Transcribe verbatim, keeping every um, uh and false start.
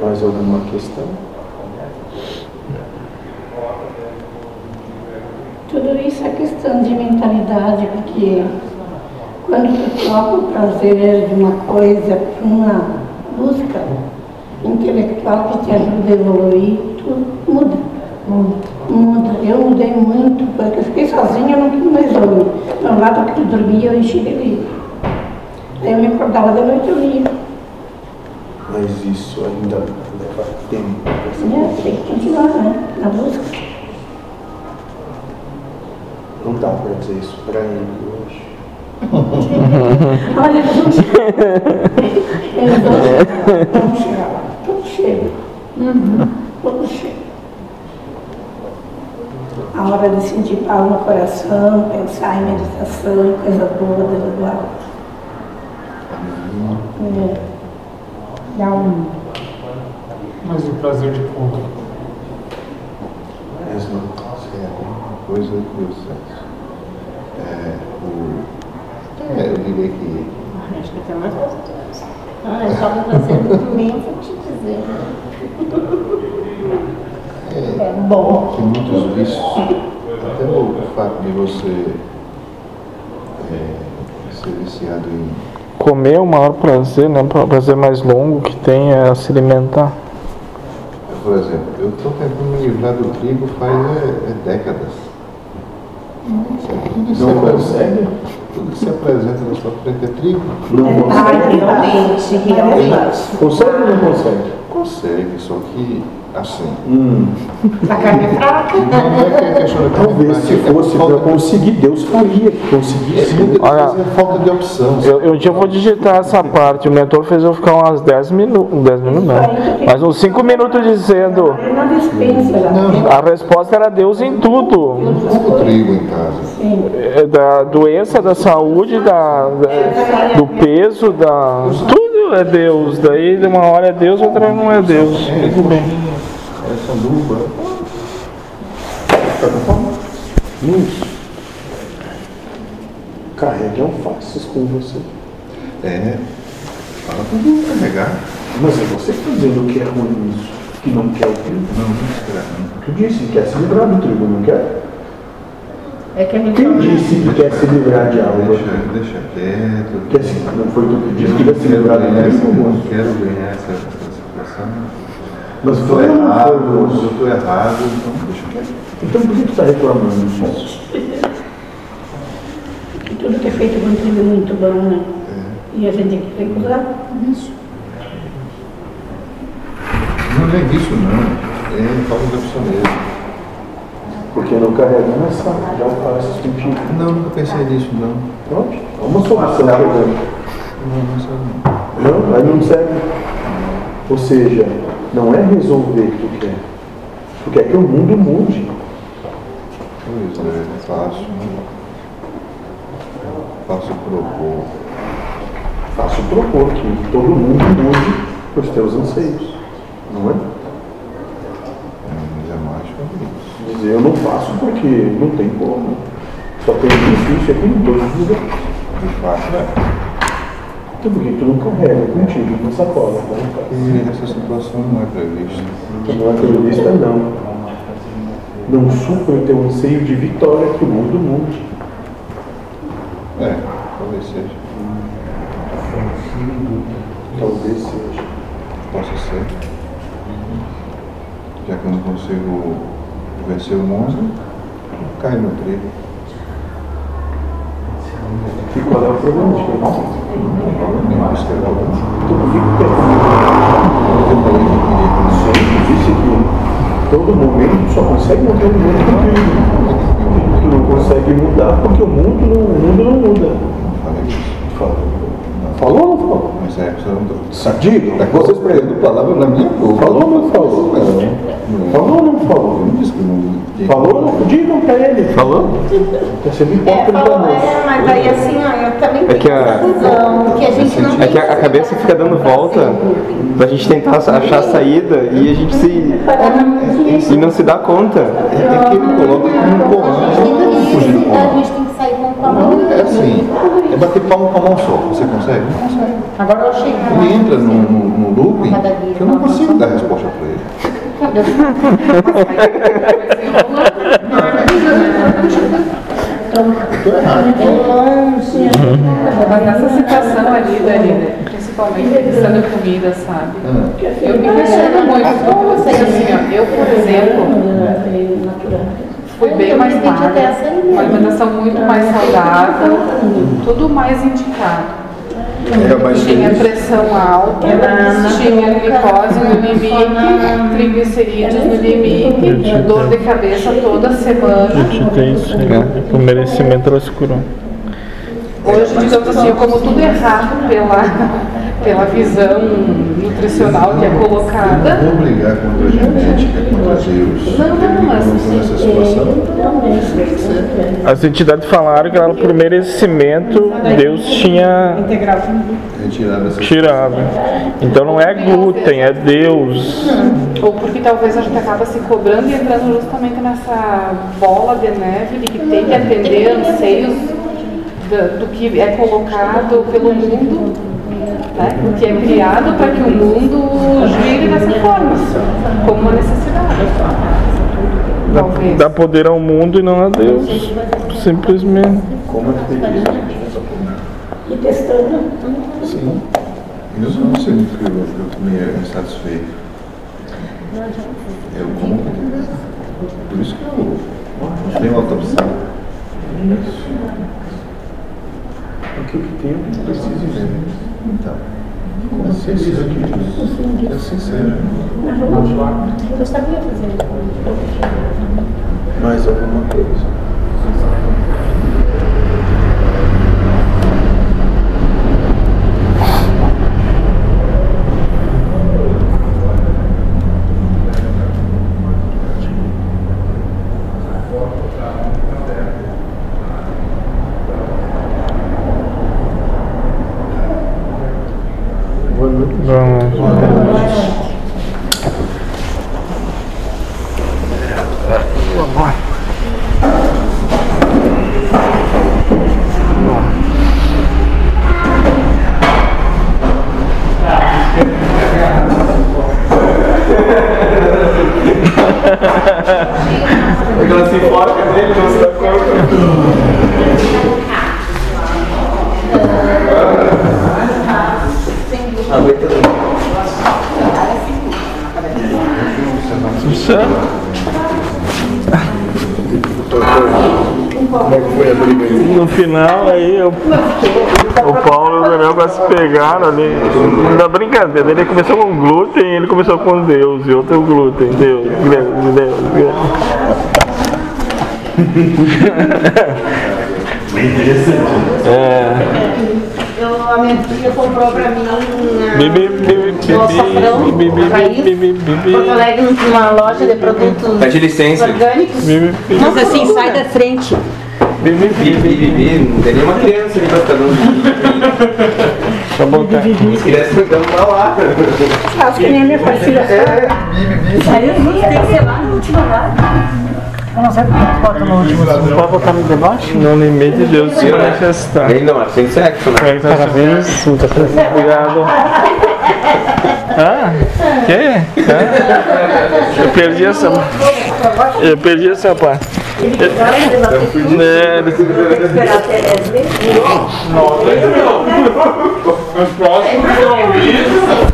Mais alguma questão? Tudo isso é questão de mentalidade, porque quando tu troca o prazer de uma coisa por uma busca intelectual que te ajuda a evoluir, tudo muda. Muda. Muda. Eu mudei muito, porque eu fiquei sozinha, eu não quis mais dormir. Então, lá do que eu dormia, eu enchi de livro. Aí eu me acordava de noite, eu lia. Mas isso ainda leva tempo. É, tem que continuar, né? Na busca. Não dá para dizer isso para ele hoje. Olha, eles não chegam. Eles não chegam lá. Tudo chega. Uhum. Tudo chega. A hora de sentir paz no coração, pensar em meditação, em coisa boa, Deus do alto. É. Dá um... Mas o prazer de como? Mesma coisa que o sexo. É, o... é, eu diria que... Acho que tem mais coisa. Ah, eu estava trazendo por mim, vou te dizer. É, É bom. tem muitos vícios. Até o fato de você é, ser viciado em... Comer é o maior prazer, né? O prazer mais longo que tem é se alimentar. Por exemplo, eu estou tentando me livrar do trigo faz é, é décadas. Tudo que Não se consegue? apresenta, tudo que se apresenta na sua frente é trigo. Não consegue. realmente, realmente. Consegue ou não consegue? Consegue, só que assim. Hum. A carne é fraca. Não é que é questão de Talvez se fosse para conseguir, Deus faria que conseguisse. Muitas Olha, vezes é falta de opção. Eu, eu um dia vou digitar essa parte. O mentor fez eu ficar umas dez minutos. dez minutos não. Mas uns cinco minutos dizendo. Na dispensa já. A resposta era Deus em tudo. Pouco trigo em casa. Sim. É, da doença, da saúde, da, da- do peso, da. Tudo é Deus. Daí de uma hora é Deus, outra não é Deus. Tudo bem. Essa luva. Isso. Carregue alfaces com você. É. Fala para não carregar. Mas é você que está dizendo que é ruim isso, que não quer o trigo. Não, não espera. Não. Tu disse que quer se livrar do trigo, não quer? É que a gente Quem disse que quer se livrar de algo? Deixa, deixa quieto. Que assim, não foi tu que disse que Eu quer se quero livrar do ganhar essa, trigo, eu moço? quero ganhar essa, essa situação. Mas Eu estou foi ou não errado, foi, moço? eu estou errado, então deixa quieto. Então por que tu está reclamando disso? E tudo que é feito com trigo é muito bom, né? É. E a gente tem que recusar. Isso. Não é isso não. É falta de opção mesmo. Porque não carrega mais saco de alfaces contigo. Não, nunca pensei nisso não. Pronto, é uma solução. Não, não sei não. Não, aí não serve. Ou seja, não é resolver o que tu quer. Tu quer que o mundo mude. Pois é, fácil. Fácil propor. Faço propor que todo mundo mude os teus anseios. Não é? Hum, jamais fazer isso. Dizer eu não faço porque não tem como. Só tem difícil aqui em todos os lugares. De fato, é. Então por que tu não carrega contigo na sacola? Tá? E essa situação não é prevista. Não é prevista, não. Não supra o teu anseio de vitória que o mundo mude. É, talvez seja. Talvez seja. Possa ser. Já que eu não consigo vencer o mundo, cai no trigo. E qual é o problema? Não escrever o Tu fica Eu falei que queria. sempre disse que todo momento só consegue manter o mundo contigo. Tu não consegue mudar porque o mundo não, o mundo não muda. Não falei isso. Falou. Falou ou não falou? Mas é, você não tá... Sadio? Vocês perdendo palavra na minha boca. Falou ou não falou? Não. Falou ou não falou? Eu não disse que não. Falou ou não? Digam pra ele. Falou? Tá sendo É, hipócrita, falou, moço. é, mas aí assim, ó, eu também É que tenho a- essa visão, que a gente não É tem que a, a cabeça fica dando volta pra gente tentar achar a saída e a gente se. e não se dá conta. É que ele coloca como um A gente tem comando. que Fugir do a comando. gente tem que sair com com a mão. É assim, é bater palma com a mão só. Você consegue? Não consegue. Agora eu achei. Ele entra no, no, no looping que eu não consigo dar resposta para ele. Estou errado. Mas nessa situação ali, Dani, principalmente pensando em comida, sabe? Eu me questiono muito porque você assim, ó, eu, por exemplo, fui bem mais magra, uma alimentação muito mais saudável, tudo mais indicado. Tinha pressão alta, tinha glicose no limite, triglicerídeos no limite, dor de cabeça toda semana. A gente tem isso, né? O merecimento ela se curou. Hoje, digamos assim, eu como tudo errado pela, pela visão nutricional que é colocada. Eu vou brigar contra a genética, contra Deus. Não, não, mas nessa situação. As entidades falaram que ela, por merecimento, Deus tinha Retirado essa tirado. Então não é glúten, é Deus. Ou porque talvez a gente acaba se cobrando e entrando justamente nessa bola de neve de que tem que atender anseios do, do que é colocado pelo mundo, né? O que é criado para que o mundo gire dessa forma, como uma necessidade. Talvez. Dá poder ao mundo e não a Deus. Simplesmente. Como é que tem isso? E testando. Sim. Eu não sei muito que eu, eu comi insatisfeito. Eu como. Por isso que eu não tenho outra opção. O que que tem, eu preciso ver. Então, como assim isso aqui? É sincero. Eu sabia fazer. Mais alguma coisa? Vamos. Aquela se foca dele, não se dá conta. Como é que foi a briga aí? No final, aí eu, o Paulo e o Daniel quase se pegaram ali. Na brincadeira, ele começou com glúten e ele começou com Deus. E outro glúten, Deus, Deus, Deus, Deus. É. Eu, a minha filha comprou pra mim Bibi, bibi, açafrão, bibi, raiz, bibi, bibi. Porto Alegre, numa loja de produtos Pede licença. orgânicos. Bibi, bibi. Mas assim, sai da frente. Bibi, Bibi, bibi, não tem nenhuma criança ali pra ficar dando bibi. Só botar. As crianças estão pra lá. Acho que nem a minha filha É, Aí eu vou ter que ser lá no último andar. Não sei porque bota no último. Você pode botar no debaixo? No limite, Deus se manifestar. ainda mais, sem sexo, né? Parabéns, muita felicidade. Obrigado. Ah, que? Ah? Eu perdi essa. Eu perdi essa parte. É, Esperar até dez vezes. Os próximos são isso.